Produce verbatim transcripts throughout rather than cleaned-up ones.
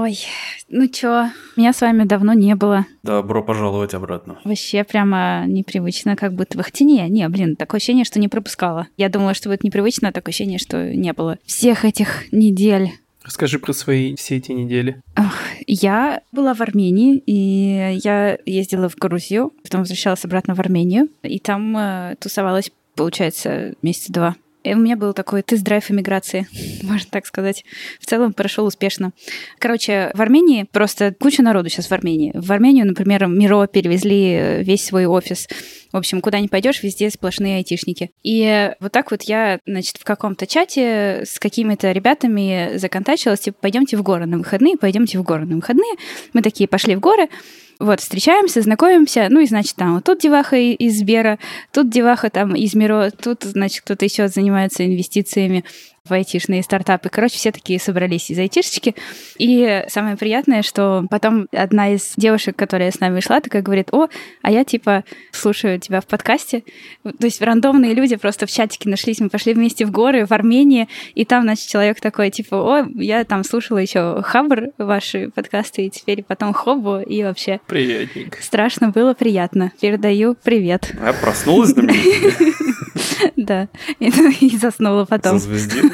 Ой, ну чё, меня с вами давно не было. Добро пожаловать обратно. Вообще прямо непривычно, как будто бы. Хотя не, не, блин, такое ощущение, что не пропускала. Я думала, что будет непривычно, а такое ощущение, что не было всех этих недель. Расскажи про свои все эти недели. Ох, я была в Армении, и я ездила в Грузию, потом возвращалась обратно в Армению, и там э, тусовалась, получается, месяца два. И у меня был такой тест-драйв эмиграции, можно так сказать. В целом прошел успешно. Короче, в Армении просто куча народу сейчас в Армении. В Армению, например, Миро перевезли весь свой офис. В общем, куда ни пойдешь, везде сплошные айтишники. И вот так вот я, значит, в каком-то чате с какими-то ребятами законтачилась, типа, пойдемте в горы на выходные, пойдемте в горы на выходные. Мы такие пошли в горы. Вот, встречаемся, знакомимся, ну и, значит, там вот тут деваха из Сбера, тут деваха там из Миро, тут, значит, кто-то еще занимается инвестициями в айтишные стартапы. Короче, все такие собрались из айтишечки. И самое приятное, что потом одна из девушек, которая с нами шла, такая говорит: о, а я, типа, слушаю тебя в подкасте. То есть рандомные люди просто в чатике нашлись, мы пошли вместе в горы, в Армении, и там, значит, человек такой, типа: о, я там слушала еще Хабр, ваши подкасты, и теперь потом Хоббу, и вообще... Приятненько. Страшно было, приятно. Передаю привет. Я проснулась на меня. Да, и заснула потом. Зазвездилась.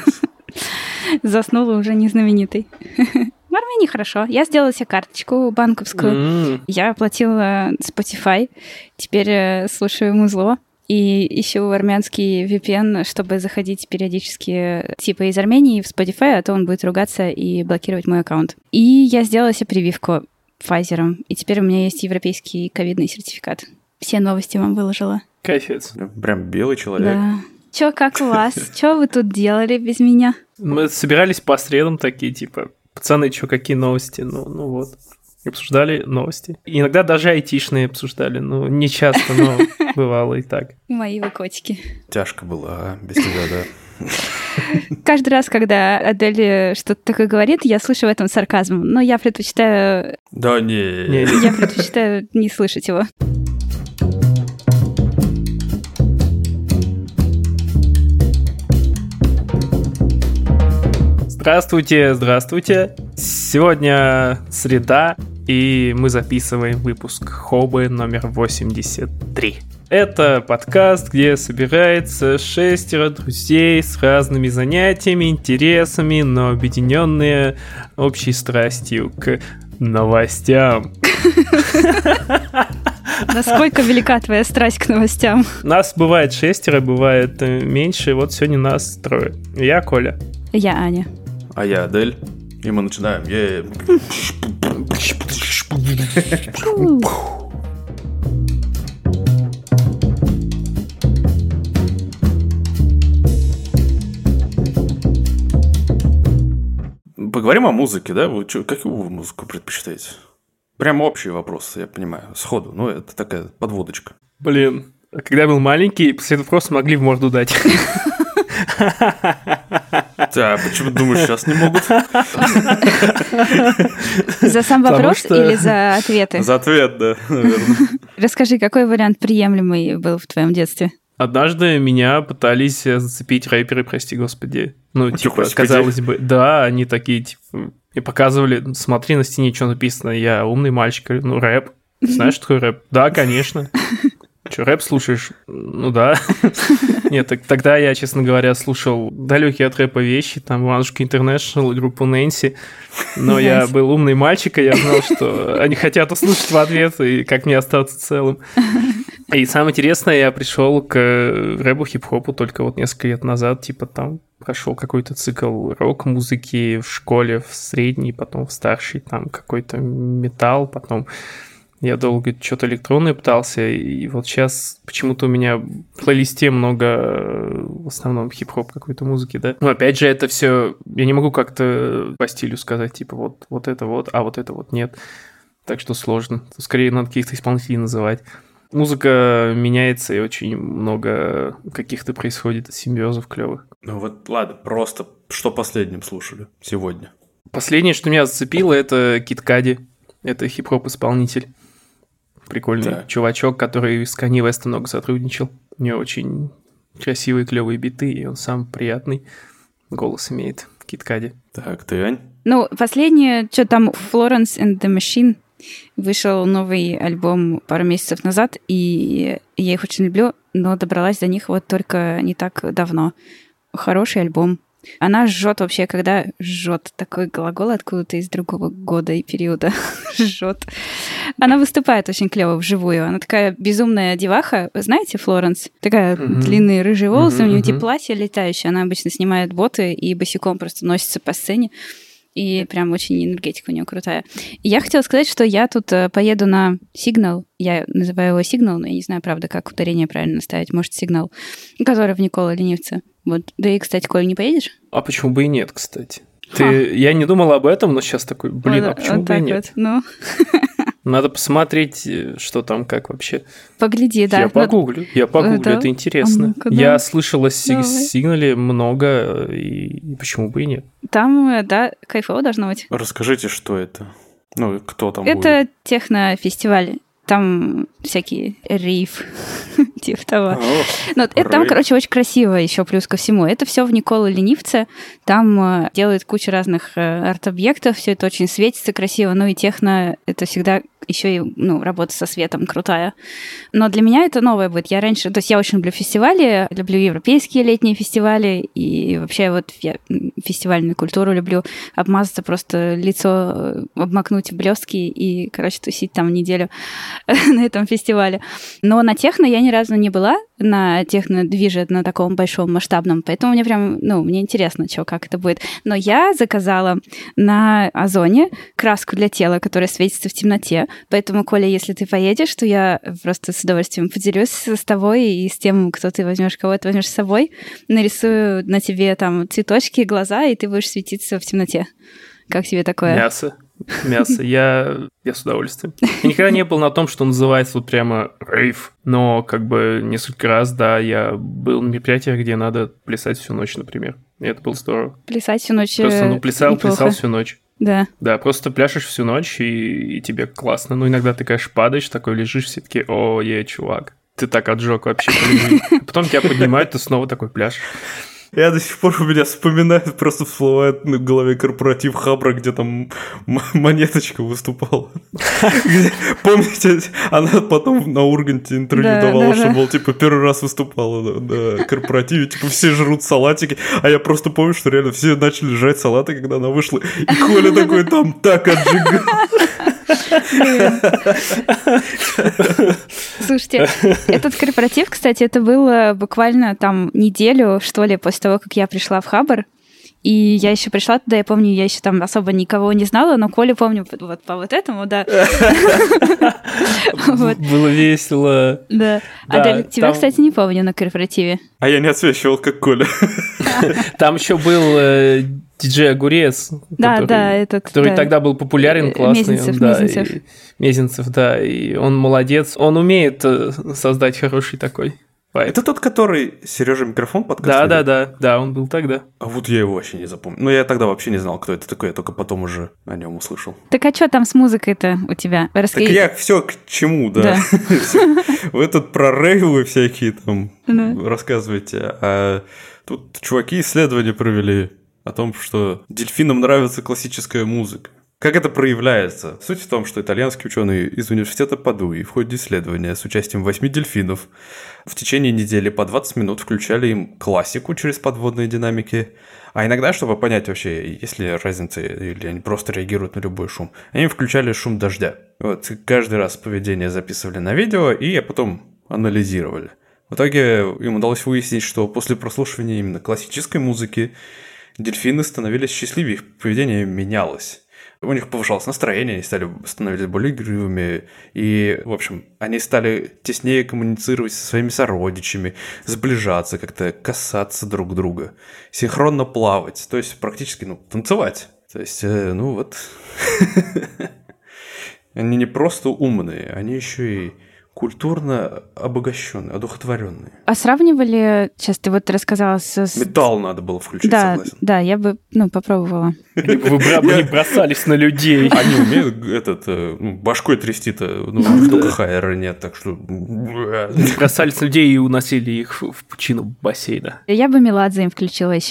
Заснула уже не знаменитой. В Армении хорошо. Я сделала себе карточку банковскую. Mm. Я оплатила Spotify. Теперь слушаю музло. И ищу армянский ви пи эн, чтобы заходить периодически типа из Армении в Spotify, а то он будет ругаться и блокировать мой аккаунт. И я сделала себе прививку Pfizer. И теперь у меня есть европейский ковидный сертификат. Все новости вам выложила. Кайфец. Прям белый человек. Да. Чё, как у вас? Чё вы тут делали без меня? Мы собирались по средам такие, типа, пацаны, чё, какие новости? Ну, ну вот. Обсуждали новости. Иногда даже айтишные обсуждали. Ну, не часто, но бывало и так. Мои вы котики. Тяжко было, а? Без тебя, да. Каждый раз, когда Адель что-то такое говорит, я слышу в этом сарказм. Но я предпочитаю... Да не. Не, Я предпочитаю не слышать его. Здравствуйте, здравствуйте. Сегодня среда, и мы записываем выпуск Хоббы номер восемьдесят три. Это подкаст, где собирается шестеро друзей с разными занятиями, интересами, но объединенные общей страстью к новостям. Насколько велика твоя страсть к новостям? Нас бывает шестеро, бывает меньше. Вот сегодня нас трое. Я Коля. Я Аня. А я Адель. И мы начинаем. Е-е. Поговорим о музыке, да? Вы чё, какую вы музыку предпочитаете? Прям общий вопрос, я понимаю, сходу. Ну, это такая подводочка. Блин, когда я был маленький, после этого просто могли в морду дать. Да, почему думаешь, сейчас не могут? За сам вопрос что... или за ответы? За ответ, да, наверное. Расскажи, какой вариант приемлемый был в твоем детстве? Однажды меня пытались зацепить рэперы, прости господи. Ну, Ой, типа, господи. казалось бы, да, они такие, типа, и показывали, смотри, на стене что написано, я умный мальчик, говорю, ну, рэп. Знаешь, что такое рэп? Да, конечно. Че, рэп слушаешь? Ну да. Нет, так, тогда я, честно говоря, слушал далекие от рэпа вещи, там Иванушка Интернешнл, группу Нэнси, но я был умный мальчик, и я знал, что они хотят услышать в ответ, и как мне остаться целым. И самое интересное, я пришел к рэпу, хип-хопу только вот несколько лет назад, типа там прошел какой-то цикл рок-музыки в школе, в средней, потом в старшей, там какой-то металл, потом... Я долго что-то электронное пытался, и вот сейчас почему-то у меня в плейлисте много, в основном, хип-хоп какой-то музыки, да. Но опять же, это все я не могу как-то по стилю сказать, типа, вот, вот это вот, а вот это вот нет. Так что сложно. Скорее, надо каких-то исполнителей называть. Музыка меняется, и очень много каких-то происходит симбиозов клевых. Ну вот, ладно, просто что последним слушали сегодня? Последнее, что меня зацепило, это Кид Кади. Это хип-хоп-исполнитель. Прикольный Так. чувачок, который с Канье Вестом много сотрудничал. У него очень красивые, клевые биты, и он сам приятный. Голос имеет. Кид Кади. Так, ты, Ань? Ну, последнее, что там, Florence and the Machine, вышел новый альбом пару месяцев назад, и я их очень люблю, но добралась до них вот только не так давно. Хороший альбом. Она жжет вообще, когда жжет. Такой глагол откуда-то из другого года и периода. Жжет. Она выступает очень клево вживую. Она такая безумная деваха. Вы знаете, Флоренс? Такая mm-hmm. длинные рыжие волосы, mm-hmm. у нее эти платья летающие. Она обычно снимает боты и босиком просто носится по сцене. И прям очень энергетика у нее крутая. И я хотела сказать, что я тут поеду на Signal. Я называю его Signal, но я не знаю, правда, как ударение правильно ставить. Может, Signal, который в Никола Ленивца. Вот. Да и, кстати, Коль, не поедешь? А почему бы и нет, кстати? Ты... Я не думал об этом, но сейчас такой, блин, вот, а почему вот бы и нет? Вот. Ну... Надо посмотреть, что там, как вообще. Погляди, да. Я погуглю, я погуглю, да? Это интересно. А я слышала о Сигнале много, и почему бы и нет. Там, да, кайфово должно быть. Расскажите, что это? Ну, кто там это будет? Это технофестиваль. Там всякие рейв, типа того. Но это, там, короче, очень красиво еще плюс ко всему. Это все в Никола Ленивце. Там э, делают кучу разных э, арт-объектов. Все это очень светится красиво. Ну и техно — это всегда еще и ну, работа со светом крутая. Но для меня это новое будет. Я раньше... То есть я очень люблю фестивали, люблю европейские летние фестивали, и вообще вот я фестивальную культуру люблю. Обмазаться, просто лицо обмакнуть в блестки и, короче, тусить там неделю на этом фестивале. Но на техно я ни разу не была, на техно-движе на таком большом масштабном, поэтому мне прям, ну, мне интересно, что, как это будет. Но я заказала на Озоне краску для тела, которая светится в темноте, поэтому, Коля, если ты поедешь, то я просто с удовольствием поделюсь с тобой и с тем, кто ты возьмешь, кого ты возьмешь с собой, нарисую на тебе там цветочки, глаза, и ты будешь светиться в темноте. Как тебе такое? Мясо. Мясо. Я, я с удовольствием. Я никогда не был на том, что называется вот прямо рейв, но как бы несколько раз, да, я был на мероприятиях, где надо плясать всю ночь, например. И это было здорово. Плясать всю ночь Просто, ну, плясал, неплохо. плясал всю ночь. Да. Да, просто пляшешь всю ночь, и, и тебе классно. Ну, иногда ты, конечно, падаешь, такой лежишь, все таки о, е, чувак, ты так отжег вообще. А потом тебя поднимают, ты снова такой пляшешь. Я до сих пор у меня вспоминаю, просто всплывает в голове корпоратив Хабра, где там Монеточка выступала. Помните, она потом на Урганте интервью давала, что, мол, типа, первый раз выступала на корпоративе, типа, все жрут салатики, а я просто помню, что реально все начали жрать салаты, когда она вышла, и Коля такой там так отжигал. Слушайте, этот корпоратив, кстати, это было буквально там неделю, что ли, после того, как я пришла в Хабр. И я еще пришла туда, я помню, я еще там особо никого не знала, но Колю помню вот по вот этому, да. Было весело. Да. А тебя, кстати, не помню на корпоративе. А я не отсвечивал, как Коля. Там еще был диджей Огурец, да, который, да, этот, который да. тогда был популярен, классный. Мезенцев, да, Мезенцев. И, Мезенцев, да, и он молодец. Он умеет создать хороший такой вайб. Это тот, который Сережа микрофон подкаст? Да, да, да, да, он был тогда. А вот я его вообще не запомнил. Ну, я тогда вообще не знал, кто это такой, я только потом уже о нем услышал. Так а что там с музыкой-то у тебя? Расскажи. Так я все к чему, да. Вы тут про рейвы всякие там рассказываете, а тут чуваки исследования провели о том, что дельфинам нравится классическая музыка. Как это проявляется? Суть в том, что итальянские ученые из университета Падуи в ходе исследования с участием восьми дельфинов в течение недели по двадцать минут включали им классику через подводные динамики, а иногда, чтобы понять вообще, есть ли разница или они просто реагируют на любой шум, они включали шум дождя. Вот, каждый раз поведение записывали на видео и потом анализировали. В итоге им удалось выяснить, что после прослушивания именно классической музыки дельфины становились счастливее, их поведение менялось. У них повышалось настроение, они стали становились более игривыми, и, в общем, они стали теснее коммуницировать со своими сородичами, сближаться, как-то касаться друг друга, синхронно плавать, то есть практически, ну, танцевать. То есть, э, ну вот, они не просто умные, они еще и культурно обогащенные, одухотворенные. А сравнивали, сейчас ты вот рассказала с... Металл надо было включить, да, согласен. Да, я бы, ну, попробовала. Вы бы не бросались на людей. Они умеют этот, башкой трясти-то, ну, только хайера нет, так что... Бросались на людей и уносили их в пучину бассейна. Я бы Меладзе им включила еще.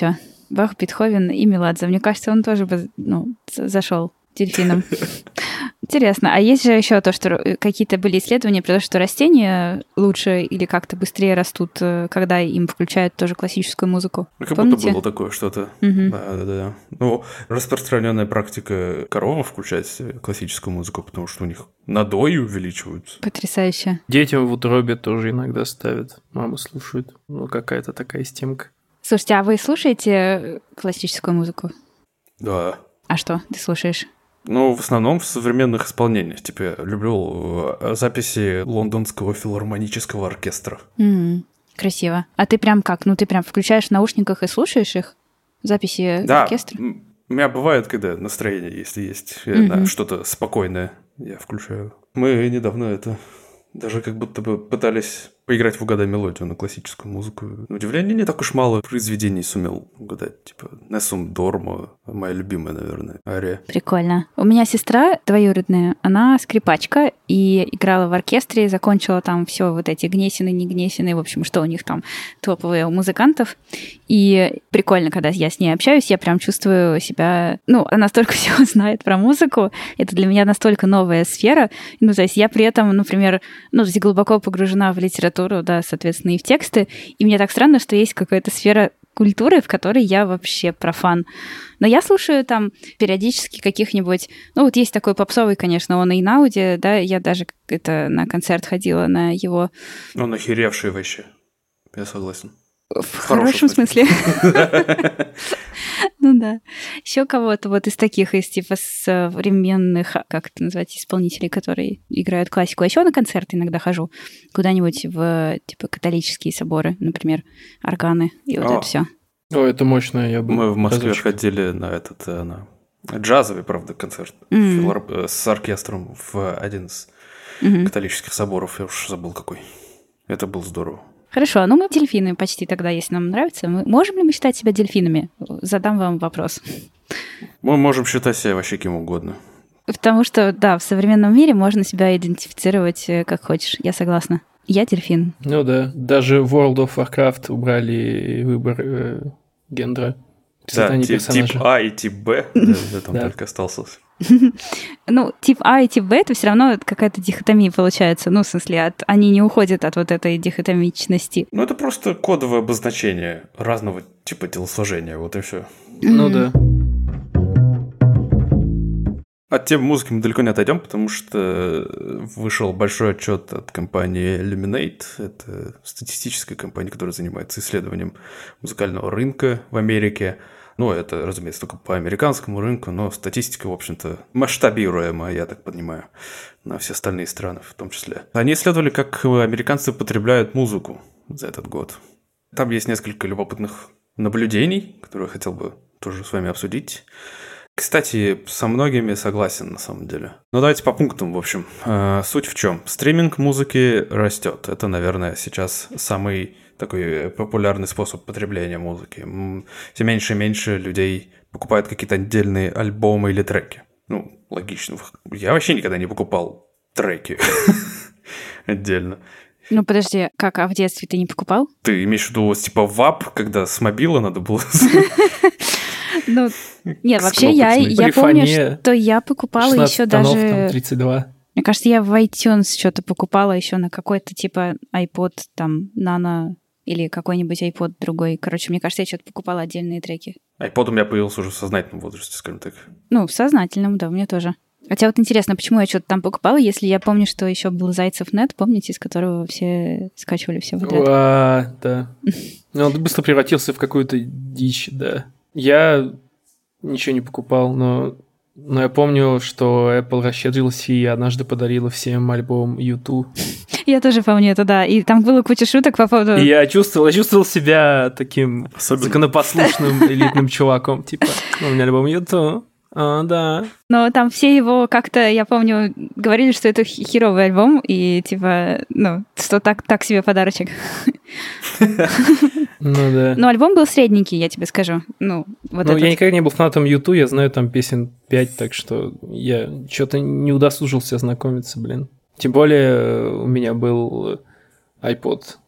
Бах, Бетховен и Меладзе. Мне кажется, он тоже бы, ну, зашел дельфином. Интересно. А есть же еще то, что какие-то были исследования про то, что растения лучше или как-то быстрее растут, когда им включают тоже классическую музыку. Как Помните? будто было такое что-то. Угу. Да, да, да. Ну, распространенная практика коровам включать классическую музыку, потому что у них надои увеличиваются. Потрясающе. Детям в утробе тоже иногда ставят. Мамы слушают. Ну, какая-то такая стимка. Слушайте, а вы слушаете классическую музыку? Да. А что ты слушаешь? Ну, в основном в современных исполнениях. Типа, я люблю записи Лондонского филармонического оркестра. Mm-hmm. Красиво. А ты прям как? Ну, ты прям включаешь в наушниках и слушаешь их? Записи да, оркестра? Да, у меня бывает, когда настроение, если есть mm-hmm. на что-то спокойное, я включаю. Мы недавно это... Даже как будто бы пытались поиграть в «Угадай мелодию» на классическую музыку. На удивление, не так уж мало произведений сумел угадать. Типа «Несум Дормо», моя любимая, наверное, ария. Прикольно. У меня сестра двоюродная, она скрипачка и играла в оркестре, закончила там все вот эти Гнесины, не Гнесины, в общем, что у них там топовые у музыкантов. И прикольно, когда я с ней общаюсь, я прям чувствую себя... Ну, она столько всего знает про музыку, это для меня настолько новая сфера. Ну, то есть я при этом, например, ну, то есть глубоко погружена в литературу, да, соответственно, и в тексты. И мне так странно, что есть какая-то сфера культуры, в которой я вообще профан. Но я слушаю там периодически каких-нибудь... Ну, вот есть такой попсовый, конечно, он и Инауди, да, я даже это на концерт ходила на его... Он охеревший вообще, я согласен. В хорошем смысле. Ну да. Еще кого-то вот из таких, из типа современных, как это назвать, исполнителей, которые играют классику. А еще на концерты иногда хожу. Куда-нибудь в типа католические соборы, например, органы и вот это все. О, это мощно, я бы... Мы в Москве ходили на этот, на джазовый, правда, концерт с оркестром в один из католических соборов. Я уж забыл какой. Это было здорово. Хорошо, ну мы дельфины почти тогда, если нам нравится. Мы, можем ли мы считать себя дельфинами? Задам вам вопрос. Мы можем считать себя вообще кем угодно. Потому что, да, в современном мире можно себя идентифицировать как хочешь. Я согласна. Я дельфин. Ну да, даже в World of Warcraft убрали выбор э, гендера. Да, тип, тип А и тип Б, там только остался. Ну, тип А и тип Б это все равно какая-то дихотомия получается. Ну, в смысле, от, они не уходят от вот этой дихотомичности. Ну, это просто кодовое обозначение разного типа телосложения, вот и все. Ну да. От темы музыки мы далеко не отойдем, потому что вышел большой отчет от компании Luminate. Это статистическая компания, которая занимается исследованием музыкального рынка в Америке. Ну, это, разумеется, только по американскому рынку, но статистика, в общем-то, масштабируемая, я так понимаю, на все остальные страны в том числе. Они исследовали, как американцы потребляют музыку за этот год. Там есть несколько любопытных наблюдений, которые я хотел бы тоже с вами обсудить. Кстати, со многими согласен, на самом деле. Но давайте по пунктам, в общем. Суть в чем? Стриминг музыки растет. Это, наверное, сейчас самый такой популярный способ потребления музыки. Все меньше и меньше людей покупают какие-то отдельные альбомы или треки. Ну, логично. Я вообще никогда не покупал треки отдельно. Ну, подожди, как, а в детстве ты не покупал? Ты имеешь в виду, типа, вап, когда с мобила надо было... Ну, нет, вообще я, я помню, что я покупала еще даже... тридцать два. Мне кажется, я в iTunes что-то покупала еще на какой-то типа iPod, там, Nano или какой-нибудь iPod другой. Короче, мне кажется, я что-то покупала отдельные треки. iPod у меня появился уже в сознательном возрасте, скажем так. Ну, в сознательном, да, у меня тоже. Хотя вот интересно, почему я что-то там покупала, если я помню, что еще был Зайцев.нет, помните, из которого все скачивали все подряд? А, да. Он быстро превратился в какую-то дичь, да. Я ничего не покупал, но, но я помню, что Apple расщедрилась и однажды подарила всем альбом ю ту. Я тоже помню это, да. И там было куча шуток по поводу... И я чувствовал, я чувствовал себя таким особенно законопослушным элитным чуваком. Типа, у меня альбом ю ту. А, да. Но там все его как-то, я помню, говорили, что это херовый альбом, и типа, ну, что так, так себе подарочек. Ну да. Но альбом был средненький, я тебе скажу. Ну, вот ну я никогда не был фанатом ю ту, я знаю там песен пять, так что я что-то не удосужился ознакомиться, блин. Тем более у меня был iPod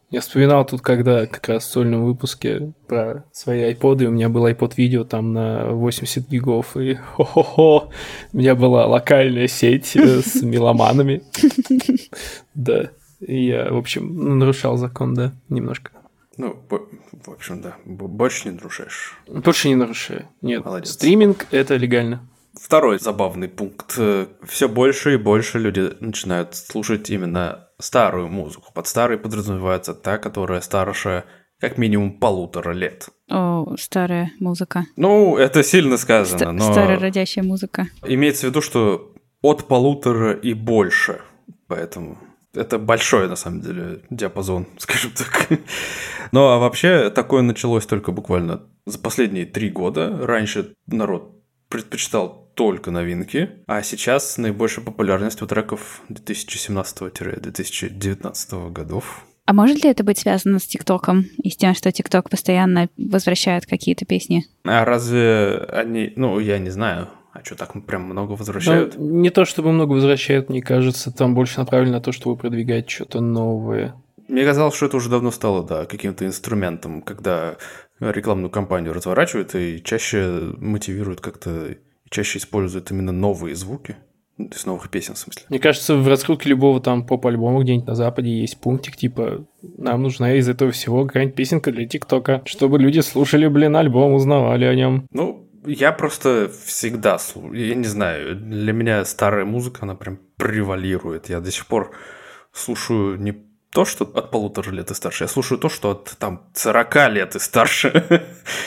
Я вспоминал тут, когда как раз в сольном выпуске про свои айподы, у меня был айпод-видео там на восемьдесят гигов, и хо-хо-хо, у меня была локальная сеть с меломанами. Да, и я, в общем, нарушал закон, да, немножко. Ну, в общем, да, больше не нарушаешь. Больше не нарушаю, нет. Молодец. Стриминг – это легально. Второй забавный пункт. Все больше и больше люди начинают слушать именно старую музыку. Под старой подразумевается та, которая старше как минимум полутора лет. О, старая музыка. Ну, это сильно сказано, Ст- но... Старородящая музыка. Имеется в виду, что от полутора и больше. Поэтому это большой, на самом деле, диапазон, скажем так. Ну, а вообще, такое началось только буквально за последние три года. Раньше народ предпочитал только новинки, а сейчас наибольшая популярность у треков две тысячи семнадцатого - две тысячи девятнадцатого годов. А может ли это быть связано с ТикТоком и с тем, что ТикТок постоянно возвращает какие-то песни? А разве они... Ну, я не знаю. А что, так прям много возвращают? Ну, не то чтобы много возвращают, мне кажется, там больше направлено на то, чтобы продвигать что-то новое. Мне казалось, что это уже давно стало, да, каким-то инструментом, когда рекламную кампанию разворачивают и чаще мотивируют как-то, чаще используют именно новые звуки, то есть новых песен, в смысле. Мне кажется, в раскрутке любого там поп-альбома где-нибудь на Западе есть пунктик, типа, нам нужна из этого всего какая-нибудь песенка для ТикТока, чтобы люди слушали, блин, альбом, узнавали о нем. Ну, я просто всегда слушаю, я не знаю, для меня старая музыка, она прям превалирует. Я до сих пор слушаю не то, что от полутора лет и старше, я слушаю то, что от там сорока лет и старше.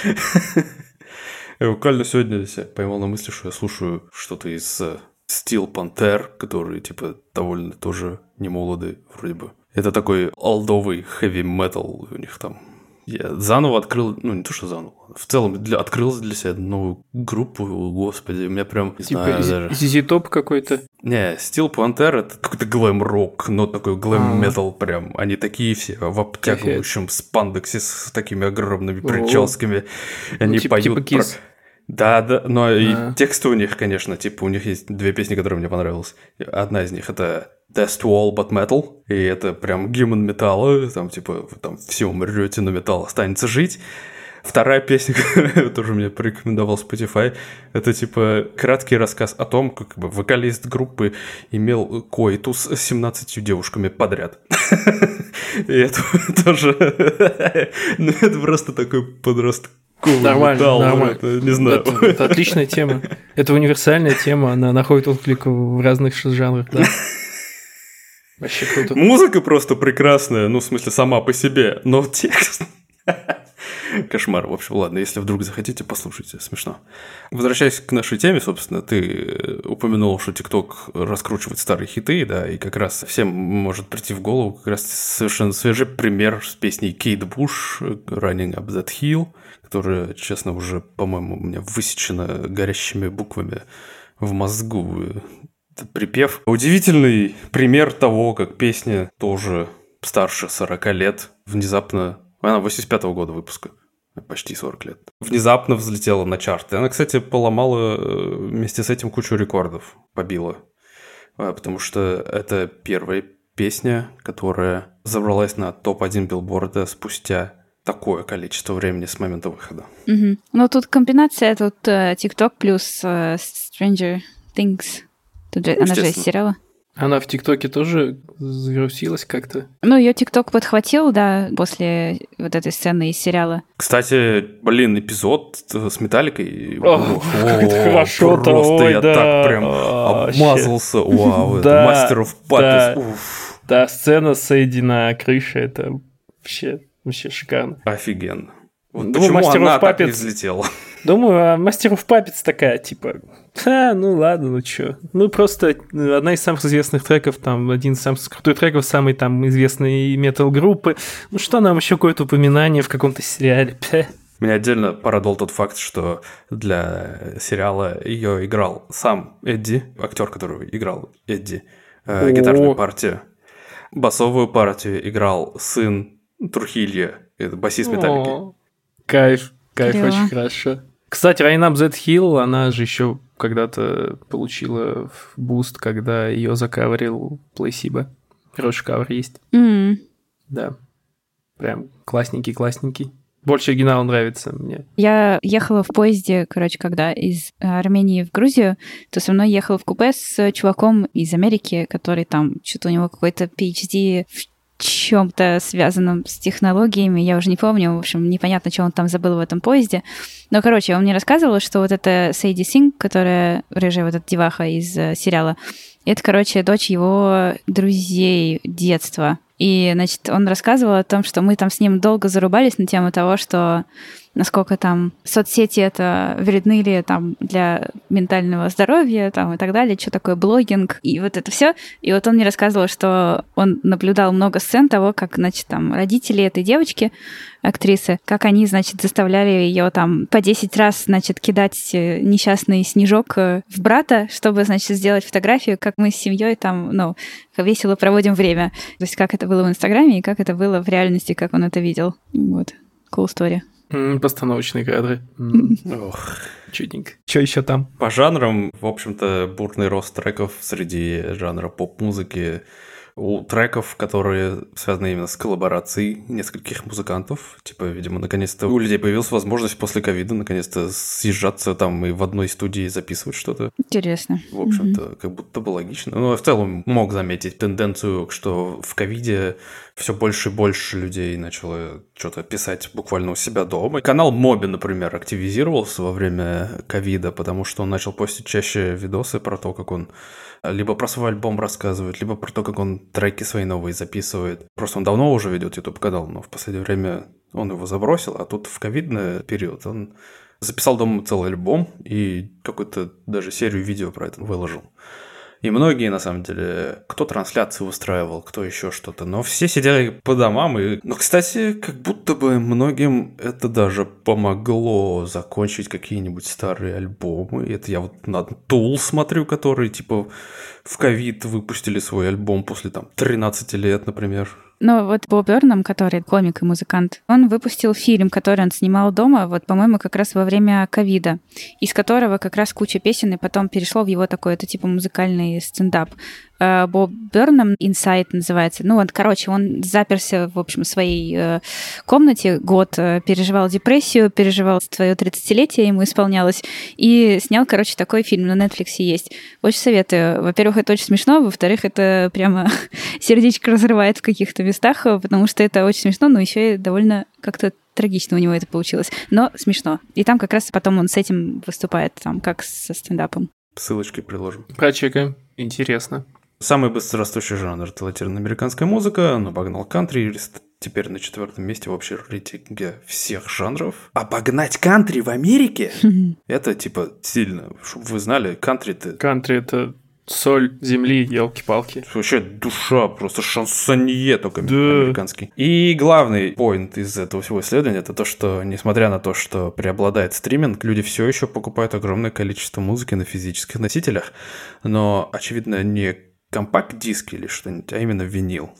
Я буквально сегодня себя поймал на мысли, что я слушаю что-то из Steel Panther, которые, типа, довольно тоже немолодые, вроде бы. Это такой олдовый heavy metal у них там. Я заново открыл, ну не то, что заново, в целом для, открыл для себя новую группу, господи, у меня прям, не типа знаю даже. зет зет Top какой-то? Не, Steel Panther это какой-то глэм-рок, но такой глэм-метал прям. Они такие все в обтягивающем спандексе с такими огромными прическами. Они ну, типа, поют типа про... Да, да, но а. и тексты у них, конечно, типа у них есть две песни, которые мне понравились. Одна из них это Death to All But Metal, и это прям гимн металла, там типа вы там все умрете, но металл останется жить. Вторая песня, которую тоже мне порекомендовал Spotify, это типа краткий рассказ о том, как бы вокалист группы имел коитус с семнадцатью девушками подряд. И это тоже... Ну, это просто такой подросток. Нормально, металл, нормально. Это, не знаю. Это, это отличная тема. Это универсальная тема, она находит отклик в разных жанрах, да. Вообще круто. Музыка просто прекрасная, ну, в смысле, сама по себе, но текст... Кошмар. В общем, ладно, если вдруг захотите, послушайте, смешно. Возвращаясь к нашей теме, собственно, ты упомянул, что ТикТок раскручивает старые хиты, да, и как раз всем может прийти в голову как раз совершенно свежий пример с песней Кейт Буш «Running Up That Hill», которая, честно, уже, по-моему, у меня высечена горящими буквами в мозгу. Этот припев. Удивительный пример того, как песня тоже старше сорока лет внезапно... Она восемьдесят пятого года выпуска. Почти сорок лет. Внезапно взлетела на чарты. Она, кстати, поломала вместе с этим кучу рекордов. Побила. Потому что это первая песня, которая забралась на топ один билборда спустя такое количество времени с момента выхода. Угу. Ну, тут комбинация, тут TikTok плюс uh, Stranger Things. Тут же, она же из сериала. Она в ТикТоке тоже завирусилась как-то? Ну, ее ТикТок подхватил, да, после вот этой сцены из сериала. Кстати, блин, эпизод с Металликой. О, это хорошо-то, просто ой, я да. так прям обмазался. Вау, это Master of Puppets. Да, сцена с Эдди на крыше, это вообще, вообще шикарно. Офигенно. Вот Думаю, почему она Puppets... так и взлетела? Думаю, а Master of Puppets такая, типа, а, ну ладно, ну чё. Ну просто одна из самых известных треков, там, один из самых крутых треков, самой там известной метал-группы. Ну что нам еще какое-то упоминание в каком-то сериале? Пэ. Меня отдельно порадовал тот факт, что для сериала ее играл сам Эдди, актер, который играл Эдди, э, гитарную партию. Басовую партию играл сын Трухильо, это басист Металлики. Кайф, кайф, Клево. Очень хорошо. Кстати, Running Up That Hill, она же еще когда-то получила буст, когда ее закаверил Плейсибо. Хороший кавер есть. Mm. Да. Прям классненький-классненький. Больше оригинал нравится мне. Я ехала в поезде, короче, когда из Армении в Грузию, то со мной ехала в купе с чуваком из Америки, который там, что-то у него какой-то пи эйч ди в чем-то связанном с технологиями, я уже не помню, в общем, непонятно, что он там забыл в этом поезде. Но, короче, он мне рассказывал, что вот эта Сейди Синг, которая рыжая вот эта деваха из сериала, это, короче, дочь его друзей детства. И, значит, он рассказывал о том, что мы там с ним долго зарубались на тему того, что насколько там соцсети это вредны ли там для ментального здоровья там, и так далее, что такое блогинг, и вот это все. И вот он мне рассказывал, что он наблюдал много сцен того, как, значит, там родители этой девочки, актрисы, как они, значит, заставляли ее там по десять раз, значит, кидать несчастный снежок в брата, чтобы, значит, сделать фотографию, как мы с семьей там, ну, весело проводим время. То есть как это было в Инстаграме и как это было в реальности, как он это видел. Вот. Cool story. Mm, постановочные кадры. Mm. Ох, чудненько. Что еще там? По жанрам, в общем-то, бурный рост треков среди жанра поп-музыки. У треков, которые связаны именно с коллаборацией нескольких музыкантов. Типа, видимо, наконец-то у людей появилась возможность после ковида наконец-то съезжаться там и в одной студии записывать что-то. Интересно. В общем-то, mm-hmm. как будто бы логично. Но в целом мог заметить тенденцию, что в ковиде все больше и больше людей начало что-то писать буквально у себя дома. Канал Моби, например, активизировался во время ковида, потому что он начал постить чаще видосы про то, как он либо про свой альбом рассказывает, либо про то, как он треки свои новые записывает. Просто он давно уже ведет YouTube-канал, но в последнее время он его забросил, а тут в ковидный период он записал дома целый альбом и какую-то даже серию видео про это выложил. И многие, на самом деле, кто трансляции устраивал, кто еще что-то, но все сидели по домам. И... Но, кстати, как будто бы многим это даже помогло закончить какие-нибудь старые альбомы. И это я вот на Tool смотрю, которые, типа, в ковид выпустили свой альбом после, там, тринадцати лет, например. Ну, вот Боб Бёрнам, который комик и музыкант, он выпустил фильм, который он снимал дома, вот, по-моему, как раз во время ковида, из которого как раз куча песен, и потом перешло в его такой, это типа музыкальный стендап. Боб Бёрнам Inside называется. Ну, вот, короче, он заперся, в общем, в своей э, комнате год, э, переживал депрессию, переживал свое тридцатилетие, ему исполнялось, и снял, короче, такой фильм, на Netflix есть. Очень советую. Во-первых, это очень смешно, во-вторых, это прямо сердечко разрывает в каких-то местах, потому что это очень смешно, но еще и довольно как-то трагично у него это получилось. Но смешно. И там как раз потом он с этим выступает, там, как со стендапом. Ссылочки приложим. Прочекаем. Интересно. Самый быстрорастущий жанр – это латиноамериканская музыка, он обогнал кантри, теперь на четвертом месте в общей рейтинге всех жанров. Обогнать кантри в Америке? Это, типа, сильно. Чтобы вы знали, кантри-то... Кантри – это соль земли, елки-палки. Вообще душа, просто шансонье только да. американский. И главный поинт из этого всего исследования – это то, что, несмотря на то, что преобладает стриминг, люди все еще покупают огромное количество музыки на физических носителях, но, очевидно, не компакт-диск или что-нибудь, а именно винил.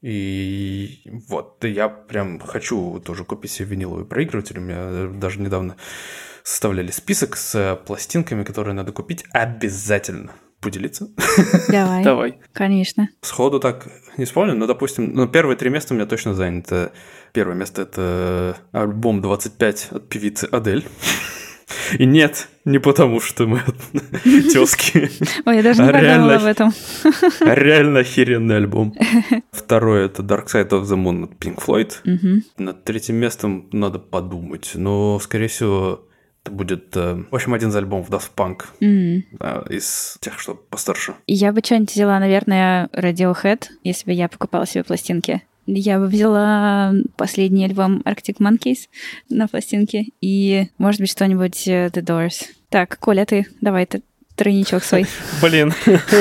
И вот, я прям хочу тоже купить себе виниловый проигрыватель. У меня даже недавно составляли список с пластинками, которые надо купить обязательно. Поделиться? Давай. Давай. Конечно. Сходу так не вспомню, но, допустим, ну, первые три места у меня точно заняты. Первое место – это альбом двадцать пять от певицы Адель. И нет, не потому, что мы тёзки. Ой, я даже не подумала об этом. Реально охеренный альбом. Второе – это Dark Side of the Moon от Pink Floyd. Угу. Над третьим местом надо подумать. Но, скорее всего, это будет, в общем, один из альбомов Daft Punk. Mm. Да, из тех, что постарше. Я бы что-нибудь взяла, наверное, Radiohead, если бы я покупала себе пластинки. Я бы взяла последний альбом Arctic Monkeys на пластинке и, может быть, что-нибудь The Doors. Так, Коля, ты давай, ты тройничок свой. Блин.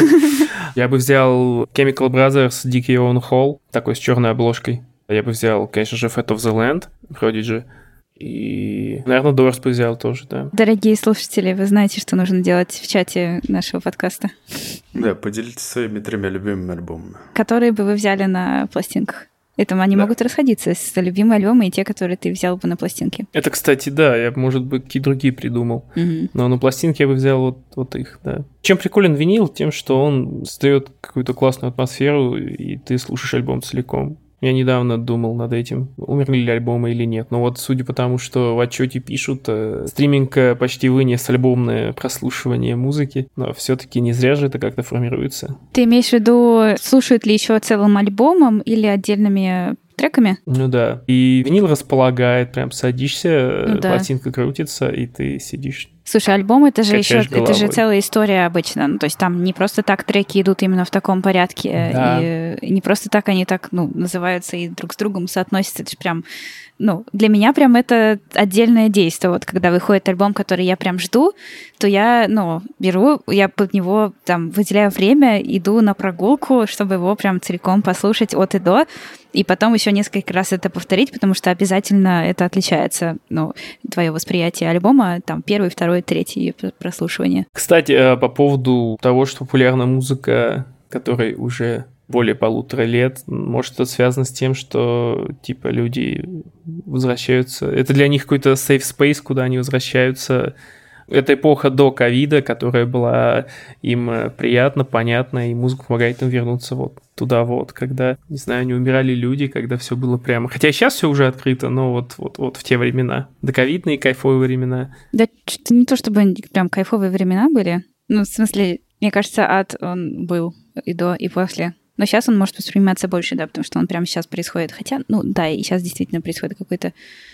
Я бы взял Chemical Brothers Dickie Owen Hall, такой с черной обложкой. Я бы взял, конечно же, Fat of the Land, Prodigy. И, наверное, Doors бы взял тоже, да. Дорогие слушатели, вы знаете, что нужно делать в чате нашего подкаста. Да, поделитесь своими тремя любимыми альбомами. Которые бы вы взяли на пластинках. Это они да. могут расходиться с любимые альбомы и те, которые ты взял бы на пластинке. Это, кстати, да, я, может быть, какие другие придумал. Угу. Но на пластинке я бы взял вот, вот их, да. Чем приколен винил? Тем, что он создает какую-то классную атмосферу, и ты слушаешь альбом целиком. Я недавно думал над этим, умерли ли альбомы или нет. Но вот судя по тому, что в отчете пишут, э, стриминг почти вынес альбомное прослушивание музыки, но все-таки не зря же это как-то формируется. Ты имеешь в виду, слушают ли еще целым альбомом или отдельными треками? Ну да. И винил располагает, прям садишься, ну, да. Пластинка крутится, и ты сидишь. Слушай, альбом это же еще это же целая история обычно. Ну, то есть там не просто так треки идут именно в таком порядке. Да. И, и не просто так они так, ну, называются и друг с другом соотносятся. Это же прям. Ну, для меня прям это отдельное действие. Вот когда выходит альбом, который я прям жду, то я, ну, беру, я под него там выделяю время, иду на прогулку, чтобы его прям целиком послушать от и до, и потом еще несколько раз это повторить, потому что обязательно это отличается, ну, твое восприятие альбома, там, первый, второй, третий прослушивание. Кстати, по поводу того, что популярна музыка, которой уже более полутора лет, может, это связано с тем, что, типа, люди возвращаются... Это для них какой-то safe space, куда они возвращаются. Это эпоха до ковида, которая была им приятна, понятна, и музыка помогает им вернуться вот туда вот, когда, не знаю, не умирали люди, когда все было прямо... Хотя сейчас все уже открыто, но вот, вот, вот в те времена. Доковидные кайфовые времена. Да, не то чтобы прям кайфовые времена были. Ну, в смысле, мне кажется, ад он был и до, и после. Но сейчас он может восприниматься больше, да, потому что он прямо сейчас происходит. Хотя, ну да, и сейчас действительно происходит какой-то...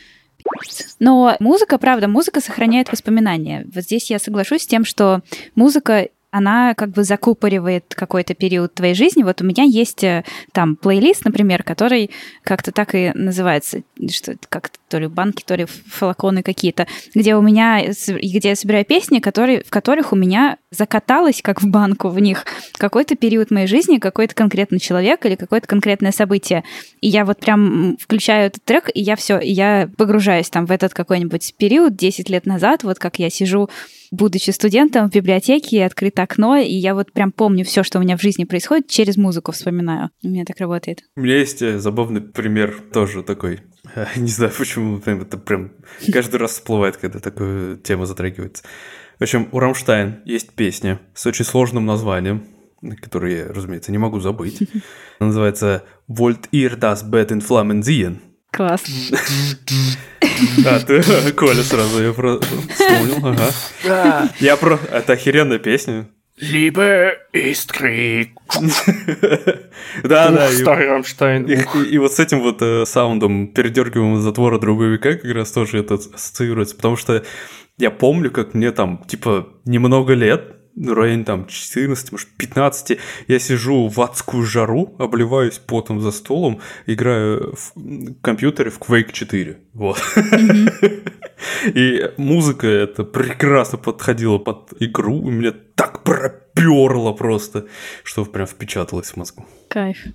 Но музыка, правда, музыка сохраняет воспоминания. Вот здесь я соглашусь с тем, что музыка, она как бы закупоривает какой-то период твоей жизни. Вот у меня есть там плейлист, например, который как-то так и называется, что как-то то ли банки, то ли флаконы какие-то, где у меня, где я собираю песни, которые, в которых у меня закаталось, как в банку, в них какой-то период моей жизни, какой-то конкретный человек или какое-то конкретное событие. И я вот прям включаю этот трек, и я все, и я погружаюсь там в этот какой-нибудь период десять лет назад, вот как я сижу, будучи студентом в библиотеке, открыто окно, и я вот прям помню все, что у меня в жизни происходит, через музыку вспоминаю. У меня так работает. У меня есть забавный пример тоже такой. Не знаю, почему это прям каждый раз всплывает, когда такая тема затрагивается. В общем, у Рамштайн есть песня с очень сложным названием, которую я, разумеется, не могу забыть. Она называется «Wollt ihr das Bett in Flammen sehen?» Класс. А, ты, Коля, сразу я про... вспомнил, ага. Я про... Это охеренная песня. Liebe ist Krieg. Да, да. Старый Рамштайн. И вот с этим вот саундом передергиваемого затвора дробовика как раз тоже это ассоциируется, потому что я помню, как мне там, типа, немного лет, в районе там четырнадцати, может, пятнадцати, я сижу в адскую жару, обливаюсь потом за столом, играю в компьютере в Quake четыре. Вот. Mm-hmm. И музыка эта прекрасно подходила под игру, и меня так проперло просто, что прям впечаталось в мозгу. Кайф.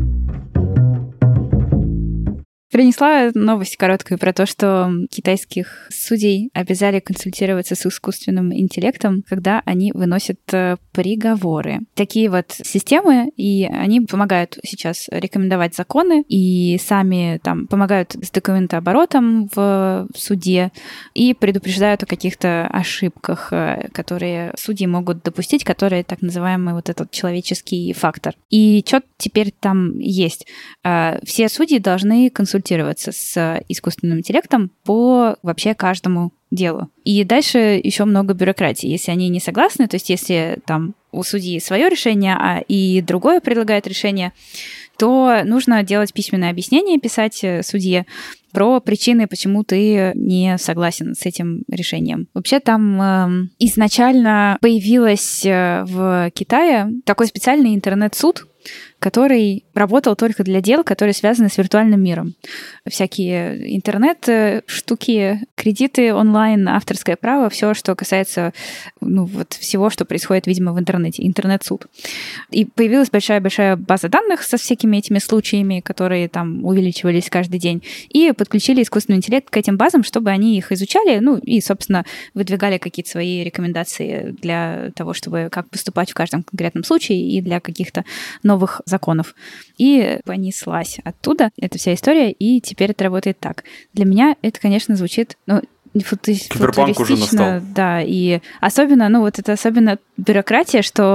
Принесла новость короткую про то, что китайских судей обязали консультироваться с искусственным интеллектом, когда они выносят приговоры. Такие вот системы, и они помогают сейчас рекомендовать законы, и сами там помогают с документооборотом в суде, и предупреждают о каких-то ошибках, которые судьи могут допустить, которые так называемый вот этот человеческий фактор. И что теперь там есть? Все судьи должны консультироваться с искусственным интеллектом по вообще каждому делу. И дальше еще много бюрократии. Если они не согласны, то есть если там у судьи свое решение, а и другое предлагает решение, то нужно делать письменное объяснение, писать судье про причины, почему ты не согласен с этим решением. Вообще там э, изначально появилось в Китае такой специальный интернет-суд, который работал только для дел, которые связаны с виртуальным миром. Всякие интернет-штуки, кредиты онлайн, авторское право, все, что касается ну, вот всего, что происходит, видимо, в интернете. Интернет-суд. И появилась большая-большая база данных со всякими этими случаями, которые там увеличивались каждый день, и подключили искусственный интеллект к этим базам, чтобы они их изучали, ну и, собственно, выдвигали какие-то свои рекомендации для того, чтобы как поступать в каждом конкретном случае и для каких-то новых законов. И понеслась оттуда эта вся история, и теперь это работает так. Для меня это, конечно, звучит... Ну, Киберпанк уже настал. Да, и особенно, ну вот это особенно бюрократия, что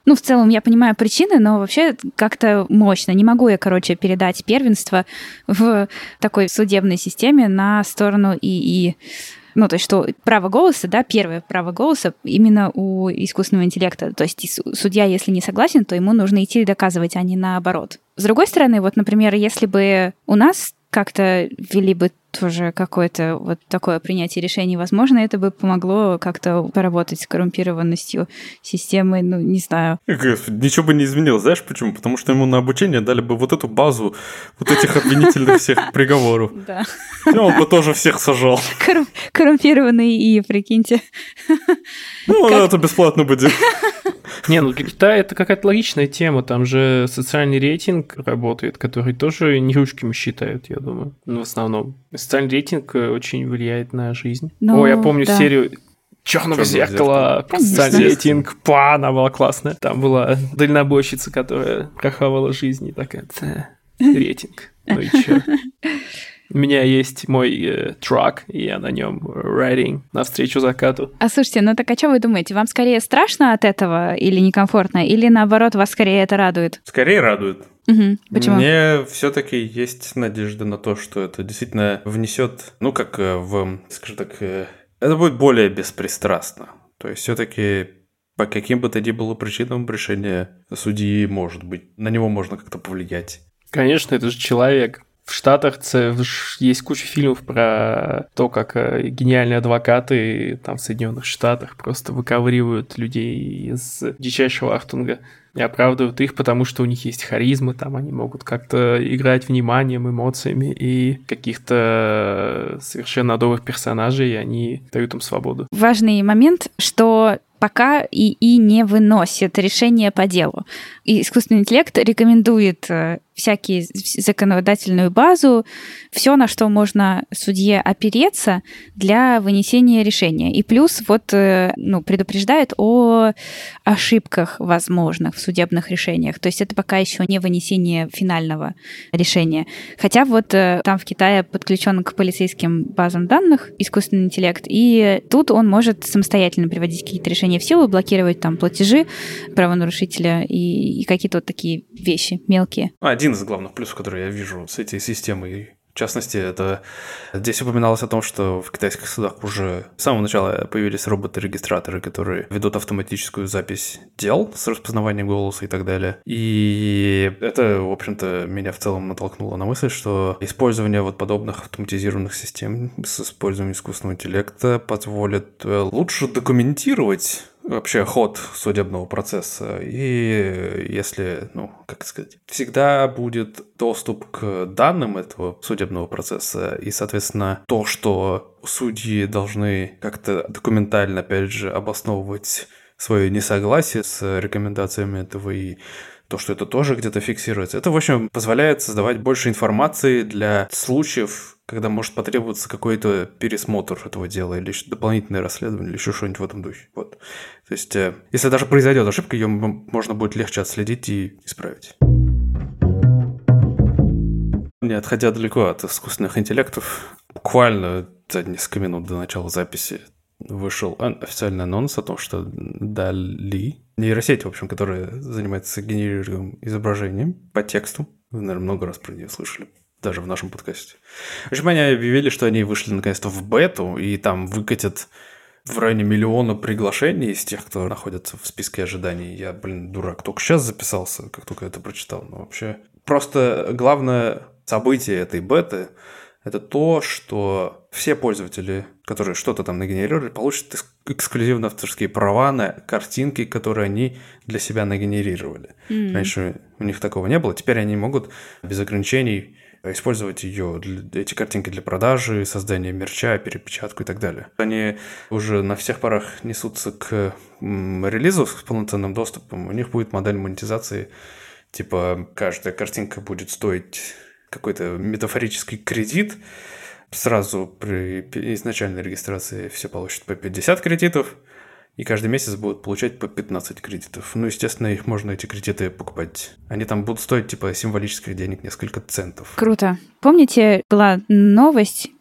Ну, в целом, я понимаю причины, но вообще как-то мощно. Не могу я, короче, передать первенство в такой судебной системе на сторону ИИ. Ну, то есть, что право голоса, да, первое право голоса именно у искусственного интеллекта. То есть, судья, если не согласен, то ему нужно идти доказывать, а не наоборот. С другой стороны, вот, например, если бы у нас как-то ввели бы тоже какое-то вот такое принятие решений, возможно, это бы помогло как-то поработать с коррумпированностью системы, ну, не знаю. Ничего бы не изменилось, знаешь почему? Потому что ему на обучение дали бы вот эту базу вот этих обвинительных всех приговоров. Да. И он бы тоже всех сажал. Коррумпированные ИИ, прикиньте. Ну, это бесплатно будет. Не, ну для Китая это какая-то логичная тема. Там же социальный рейтинг работает, который тоже не ручками считают, я думаю, в основном. Социальный рейтинг очень влияет на жизнь. Но, О, я помню да. серию Черного зеркала, социальный рейтинг, па, она была классная. Там была дальнобойщица, которая прохавала жизнь и такая, рейтинг, ну и чё. У меня есть мой э, трак, и я на нем riding навстречу закату. А слушайте, ну так а что вы думаете? Вам скорее страшно от этого или некомфортно? Или наоборот, вас скорее это радует? Скорее радует. Угу. Почему? Мне все-таки есть надежда на то, что это действительно внесет, ну как в, скажем так, это будет более беспристрастно. То есть все-таки по каким бы то ни было причинам решение судьи может быть, на него можно как-то повлиять. Конечно, это же человек. В Штатах есть куча фильмов про то, как гениальные адвокаты там в Соединенных Штатах просто выковыривают людей из дичайшего ахтунга и оправдывают их, потому что у них есть харизма, там они могут как-то играть вниманием, эмоциями, и каких-то совершенно новых персонажей, они дают им свободу. Важный момент, что пока ИИ не выносит решение по делу. И искусственный интеллект рекомендует всякие законодательную базу, все, на что можно судье опереться для вынесения решения. И плюс вот, ну, предупреждает о ошибках возможных в судебных решениях. То есть это пока еще не вынесение финального решения. Хотя вот там в Китае подключен к полицейским базам данных искусственный интеллект, и тут он может самостоятельно приводить какие-то решения в силу, блокировать там платежи правонарушителя и, и какие-то вот такие вещи мелкие. Один из главных плюсов, которые я вижу с этой системой, в частности, это здесь упоминалось о том, что в китайских судах уже с самого начала появились роботы-регистраторы, которые ведут автоматическую запись дел с распознаванием голоса и так далее. И это, в общем-то, меня в целом натолкнуло на мысль, что использование вот подобных автоматизированных систем с использованием искусственного интеллекта позволит лучше документировать вообще ход судебного процесса. И если, ну, как сказать, всегда будет доступ к данным этого судебного процесса, и, соответственно, то, что судьи должны как-то документально, опять же, обосновывать свое несогласие с рекомендациями этого и то, что это тоже где-то фиксируется, это, в общем, позволяет создавать больше информации для случаев, когда может потребоваться какой-то пересмотр этого дела или дополнительное расследование, или еще что-нибудь в этом духе. Вот. То есть, если даже произойдет ошибка, ее можно будет легче отследить и исправить. Не отходя далеко от искусственных интеллектов, буквально за несколько минут до начала записи вышел официальный анонс о том, что Дали, нейросеть, в общем, которая занимается генерированием изображением по тексту, вы, наверное, много раз про нее слышали, даже в нашем подкасте. В общем, они объявили, что они вышли наконец-то в бету, и там выкатят в районе миллиона приглашений из тех, кто находится в списке ожиданий. Я, блин, дурак, только сейчас записался, как только это прочитал. Но вообще, просто главное событие этой беты — это то, что все пользователи, которые что-то там нагенерировали, получат эксклюзивно авторские права на картинки, которые они для себя нагенерировали. Mm. Раньше у них такого не было, теперь они могут без ограничений использовать ее, эти картинки для продажи, создания мерча, перепечатку и так далее. Они уже на всех парах несутся к релизу с полноценным доступом. У них будет модель монетизации, типа каждая картинка будет стоить какой-то метафорический кредит. Сразу при изначальной регистрации все получат по пятьдесят кредитов, и каждый месяц будут получать по пятнадцать кредитов. Ну, естественно, их можно, эти кредиты, покупать. Они там будут стоить, типа, символических денег, несколько центов. Круто. Помните, была новость,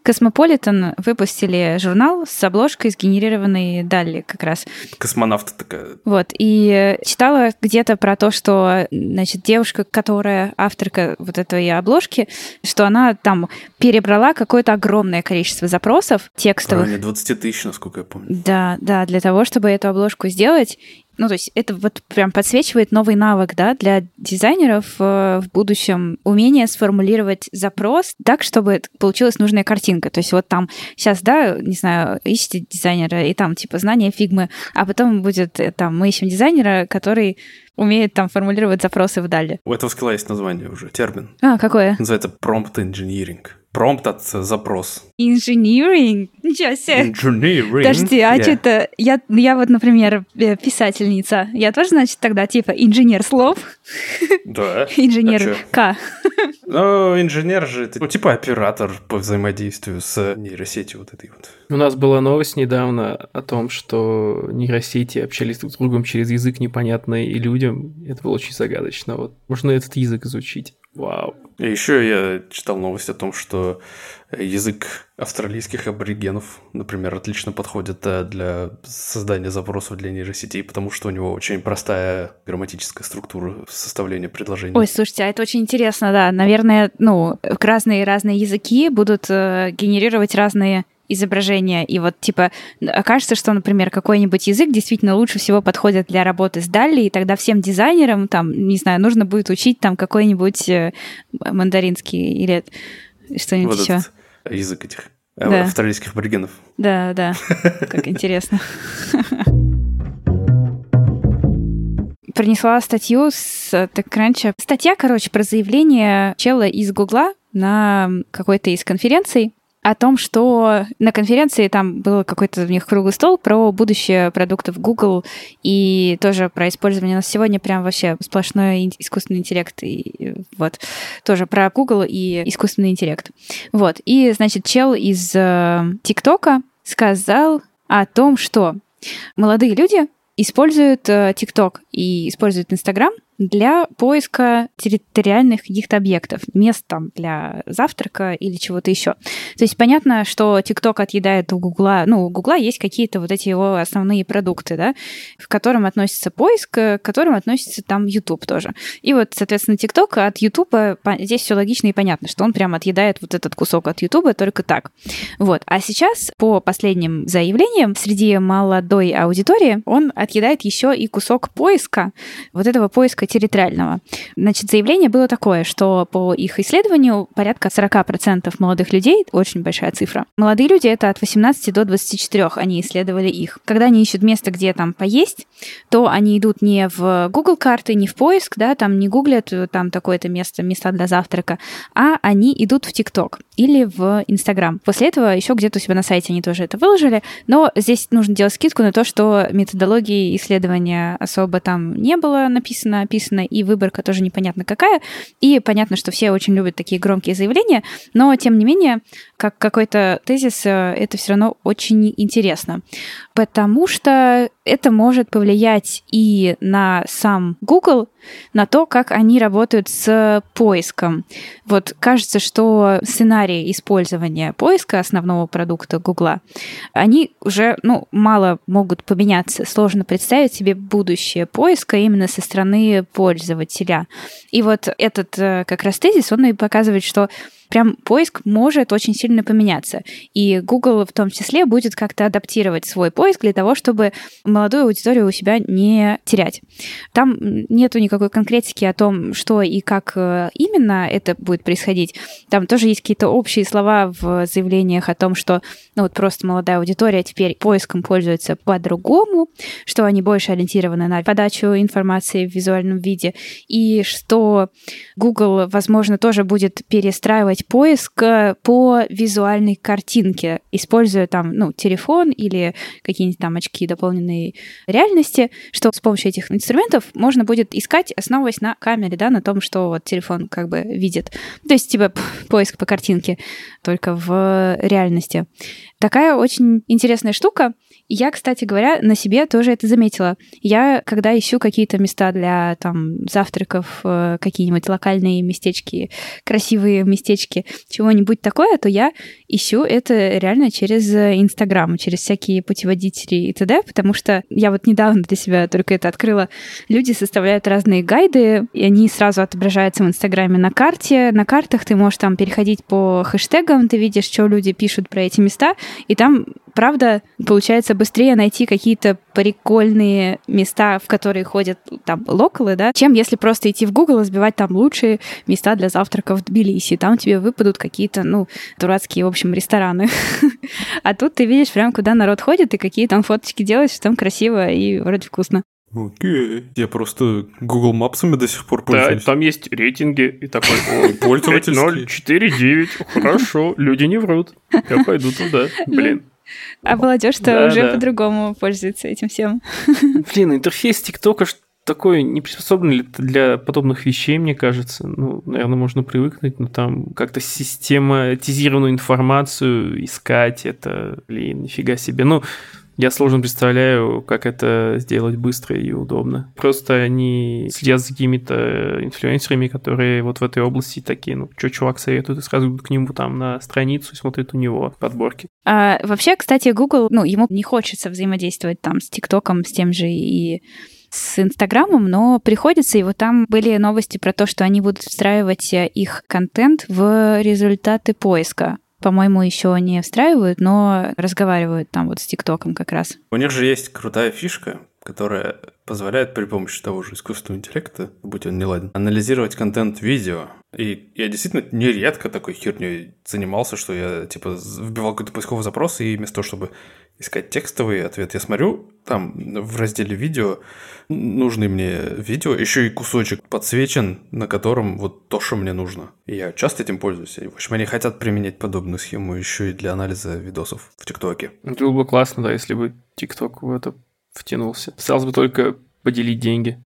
Космополитен выпустили журнал с обложкой, сгенерированной Далли как раз. Космонавт такая. Вот, и читала где-то про то, что, значит, девушка, которая авторка вот этой обложки, что она там перебрала какое-то огромное количество запросов текстовых. В двадцать тысяч, насколько я помню. Да, да, для того, чтобы эту обложку сделать. Ну, то есть это вот прям подсвечивает новый навык, да, для дизайнеров э, в будущем. Умение сформулировать запрос так, чтобы получилась нужная картинка. То есть вот там сейчас, да, не знаю, ищете дизайнера, и там типа знание фигмы, а потом будет э, там мы ищем дизайнера, который умеет там формулировать запросы вдали. У этого скилла есть название уже, термин. А, какое? Называется prompt engineering. Промпт от запрос. Engineering? Ничего себе. Engineering. Подожди, а yeah. что-то... Я, я вот, например, писательница. Я тоже, значит, тогда типа инженер слов? Да. Инженер К. Ну, инженер же, ну, типа оператор по взаимодействию с нейросетью вот этой вот. У нас была новость недавно о том, что нейросети общались друг с другом через язык непонятный и людям. Это было очень загадочно. Вот можно этот язык изучить. Вау. И еще я читал новость о том, что язык австралийских аборигенов, например, отлично подходит для создания запросов для нейросетей, потому что у него очень простая грамматическая структура составления предложений. Ой, слушайте, а это очень интересно, да. Наверное, ну, разные-разные языки будут э, генерировать разные изображения. И вот, типа, окажется, что, например, какой-нибудь язык действительно лучше всего подходит для работы с Далли, и тогда всем дизайнерам, там, не знаю, нужно будет учить там какой-нибудь э, мандаринский или что-нибудь вот еще. Язык этих да. австралийских аборигенов. Да, да. Как интересно. Принесла статью с TechCrunch. Статья, короче, про заявление чела из Гугла на какой-то из конференций о том, что на конференции там был какой-то у них круглый стол про будущее продуктов Google и тоже про использование. У нас сегодня прям вообще сплошной искусственный интеллект. И вот тоже про Google и искусственный интеллект. Вот. И, значит, чел из ТикТока сказал о том, что молодые люди используют ТикТок и используют Инстаграм для поиска территориальных каких-то объектов, мест там для завтрака или чего-то еще. То есть понятно, что TikTok отъедает у Гугла, ну, у Гугла есть какие-то вот эти его основные продукты, да, к которым относится поиск, к которым относится там YouTube тоже. И вот, соответственно, TikTok от YouTube, здесь все логично и понятно, что он прям отъедает вот этот кусок от YouTube только так. Вот. А сейчас, по последним заявлениям, среди молодой аудитории он отъедает еще и кусок поиска, вот этого поиска территориального. Значит, заявление было такое, что по их исследованию порядка сорок процентов молодых людей, очень большая цифра. Молодые люди — это от восемнадцати до двадцати четырёх, они исследовали их. Когда они ищут место, где там поесть, то они идут не в Google карты, не в поиск, да, там не гуглят там такое-то место, места для завтрака, а они идут в TikTok или в Instagram. После этого еще где-то у себя на сайте они тоже это выложили, но здесь нужно делать скидку на то, что методологии исследования особо там не было написано, описано, и выборка тоже непонятно какая, и понятно, что все очень любят такие громкие заявления, но, тем не менее, как какой-то тезис, это все равно очень интересно, потому что это может повлиять и на сам Google, на то, как они работают с поиском. Вот кажется, что сценарии использования поиска основного продукта Гугла, они уже, ну, мало могут поменяться. Сложно представить себе будущее поиска именно со стороны пользователя. И вот этот как раз тезис, он и показывает, что прям поиск может очень сильно поменяться. И Google в том числе будет как-то адаптировать свой поиск для того, чтобы молодую аудиторию у себя не терять. Там нету никакой конкретики о том, что и как именно это будет происходить. Там тоже есть какие-то общие слова в заявлениях о том, что ну, вот просто молодая аудитория теперь поиском пользуется по-другому, что они больше ориентированы на подачу информации в визуальном виде, и что Google, возможно, тоже будет перестраивать поиск по визуальной картинке, используя там, ну, телефон или какие-нибудь там очки дополненной реальности, что с помощью этих инструментов можно будет искать, основываясь на камере, да, на том, что вот телефон как бы видит. То есть, типа, поиск по картинке, только в реальности. Такая очень интересная штука. Я, кстати говоря, на себе тоже это заметила. Я, когда ищу какие-то места для там завтраков, какие-нибудь локальные местечки, красивые местечки, чего-нибудь такое, то я ищу это реально через Инстаграм, через всякие путеводители и т.д., потому что я вот недавно для себя только это открыла. Люди составляют разные гайды, и они сразу отображаются в Инстаграме на карте. На картах ты можешь там переходить по хэштегам, ты видишь, что люди пишут про эти места, и там, правда, получается быстрее найти какие-то прикольные места, в которые ходят там локалы, да, чем если просто идти в Google и сбивать там лучшие места для завтрака в Тбилиси. Там тебе выпадут какие-то, ну, дурацкие, в общем, рестораны. А тут ты видишь прям, куда народ ходит и какие там фоточки делают, что там красиво и вроде вкусно. Окей. Я просто Google Maps до сих пор пользуюсь. Да, там есть рейтинги и такой, пользовательский. ноль четыре девять, хорошо, люди не врут. Я пойду туда, блин. А молодежь-то да, уже да. по-другому пользуется этим всем. Блин, интерфейс ТикТока такой не приспособлен для подобных вещей, мне кажется. Ну, наверное, можно привыкнуть, но там как-то систематизированную информацию искать, это, блин, нифига себе. Ну, я сложно представляю, как это сделать быстро и удобно. Просто они следят за какими-то инфлюенсерами, которые вот в этой области такие, ну, что чувак советует, и сразу идут к нему там на страницу и смотрят у него подборки. А, вообще, кстати, Google, ну, ему не хочется взаимодействовать там с ТикТоком, с тем же и с Инстаграмом, но приходится, и вот там были новости про то, что они будут встраивать их контент в результаты поиска. По-моему, еще не встраивают, но разговаривают там вот с ТикТоком как раз. У них же есть крутая фишка, которая позволяет при помощи того же искусственного интеллекта, будь он неладен, анализировать контент видео. И я действительно нередко такой херней занимался, что я типа вбивал какой-то поисковый запрос, и вместо того, чтобы искать текстовый ответ, я смотрю, там в разделе видео, нужный мне видео, еще и кусочек подсвечен, на котором вот то, что мне нужно. И я часто этим пользуюсь. И, в общем, они хотят применять подобную схему еще и для анализа видосов в ТикТоке. Это было бы классно, да, если бы ТикТок в это втянулся. Осталось бы только поделить деньги.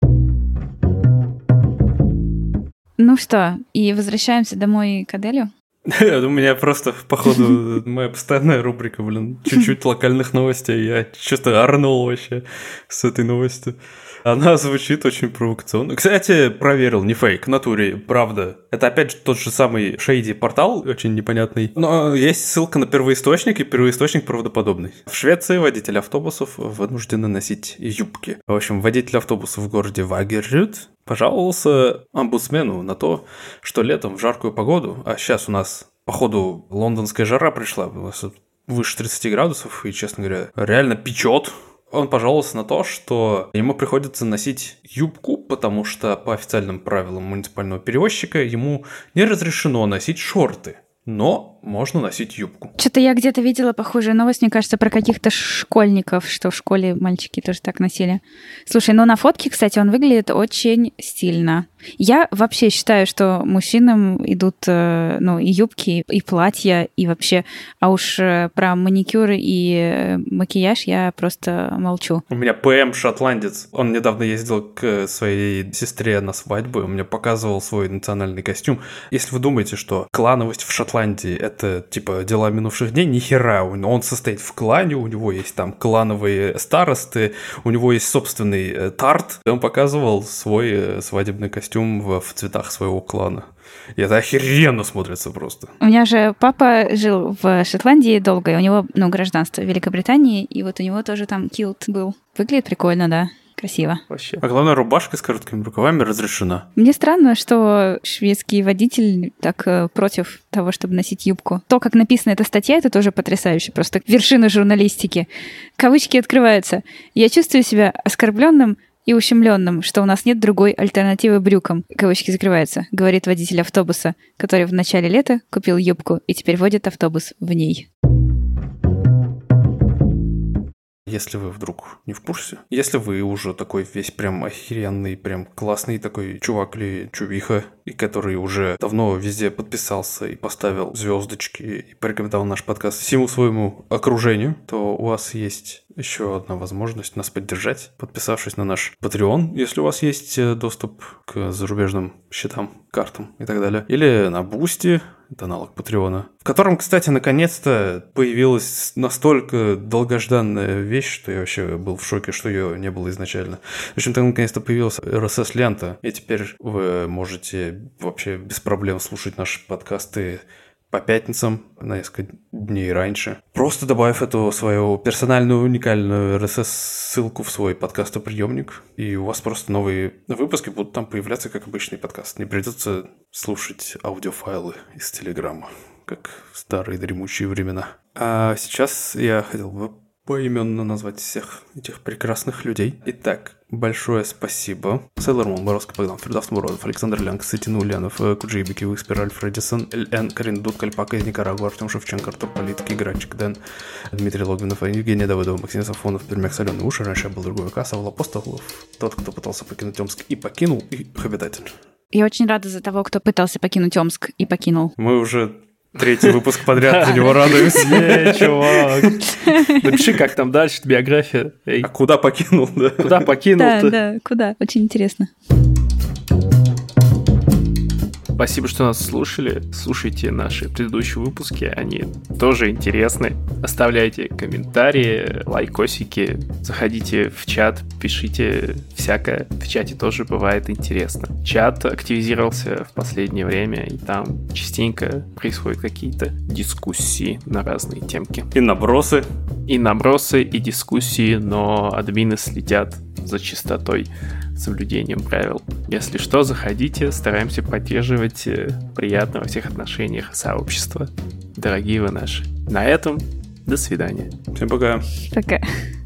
Ну что, и возвращаемся домой к Аделю? У меня просто, походу, моя постоянная рубрика, блин, чуть-чуть локальных новостей. Я чисто орнул вообще с этой новостью. Она звучит очень провокационно. Кстати, проверил, не фейк, в натуре, правда. Это опять же тот же самый шейди портал, очень непонятный. Но есть ссылка на первоисточник, и первоисточник правдоподобный. В Швеции водители автобусов вынуждены носить юбки. В общем, водитель автобуса в городе Вагеррюд пожаловался омбудсмену на то, что летом в жаркую погоду, а сейчас у нас, походу, лондонская жара пришла, у нас выше тридцать градусов, и, честно говоря, реально печет. Он пожаловался на то, что ему приходится носить юбку, потому что по официальным правилам муниципального перевозчика ему не разрешено носить шорты. Но можно носить юбку. Что-то я где-то видела похожую новость, мне кажется, про каких-то школьников, что в школе мальчики тоже так носили. Слушай, ну на фотке, кстати, он выглядит очень стильно. Я вообще считаю, что мужчинам идут, ну, и юбки, и платья, и вообще... А уж про маникюр и макияж я просто молчу. У меня ПМ шотландец. Он недавно ездил к своей сестре на свадьбу, он мне показывал свой национальный костюм. Если вы думаете, что клановость в Шотландии — это, типа, дела минувших дней, ни хера. Он состоит в клане, у него есть там клановые старосты, у него есть собственный тарт. И он показывал свой свадебный костюм в, в цветах своего клана. И это охеренно смотрится просто. У меня же папа жил в Шотландии долго, и у него, ну, гражданство Великобритании, и вот у него тоже там килт был. Выглядит прикольно, да. Красиво. Вообще. А главное, рубашка с короткими рукавами разрешена. Мне странно, что шведский водитель так э, против того, чтобы носить юбку. То, как написана эта статья, это тоже потрясающе. Просто вершина журналистики. Кавычки открываются. Я чувствую себя оскорбленным и ущемленным, что у нас нет другой альтернативы брюкам. Кавычки закрываются, говорит водитель автобуса, который в начале лета купил юбку и теперь водит автобус в ней. Если вы вдруг не в курсе, если вы уже такой весь прям охеренный, прям классный такой чувак или чувиха, и который уже давно везде подписался и поставил звездочки и порекомендовал наш подкаст всему своему окружению, то у вас есть еще одна возможность нас поддержать, подписавшись на наш Patreon, если у вас есть доступ к зарубежным счетам, картам и так далее. Или на Boosty, это аналог Патреона, в котором, кстати, наконец-то появилась настолько долгожданная вещь, что я вообще был в шоке, что ее не было изначально. В общем, там наконец-то появилась эр эс эс-лента, и теперь вы можете вообще без проблем слушать наши подкасты по пятницам, на несколько дней раньше. Просто добавив эту свою персональную уникальную эр эс эс-ссылку в свой подкастоприемник, и у вас просто новые выпуски будут там появляться, как обычный подкаст. Не придется слушать аудиофайлы из Телеграма, как в старые дремучие времена. А сейчас я хотел бы поименно назвать всех этих прекрасных людей. Итак, большое спасибо. Сейлор Мун, Боровский, Богдан, Фердавс Муродов, Александр Лянг, Сатин Ульянов, Куджейбики, Уикспер, Альф Редисон, Эль Эн, Карин Дудка, Альпака из Никарагуа, Артем Шевченко, Артур Политик, Играчик, Дэн, Дмитрий Логвинов, Евгений Давыдова, Максим Сафонов, Пермяк, Соленый Уши, раньше я был другой ВК, Савол Апостолов, тот, кто пытался покинуть Омск и покинул, и их обитатель. Я очень рада за того, кто пытался покинуть Омск и покинул. Мы уже третий выпуск подряд за него радуемся. Не, чувак. Напиши, как там дальше, биография. Эй. А куда покинул, да? Куда покинул ты? Да, да, куда? Очень интересно. Спасибо, что нас слушали. Слушайте наши предыдущие выпуски, они тоже интересны. Оставляйте комментарии, лайкосики, заходите в чат, пишите всякое. В чате тоже бывает интересно. Чат активизировался в последнее время, и там частенько происходят какие-то дискуссии на разные темки. И набросы. И набросы, и дискуссии, но админы следят за чистотой, соблюдением правил. Если что, заходите, стараемся поддерживать приятное во всех отношениях сообщество. Дорогие вы наши. На этом до свидания. Всем пока. Пока.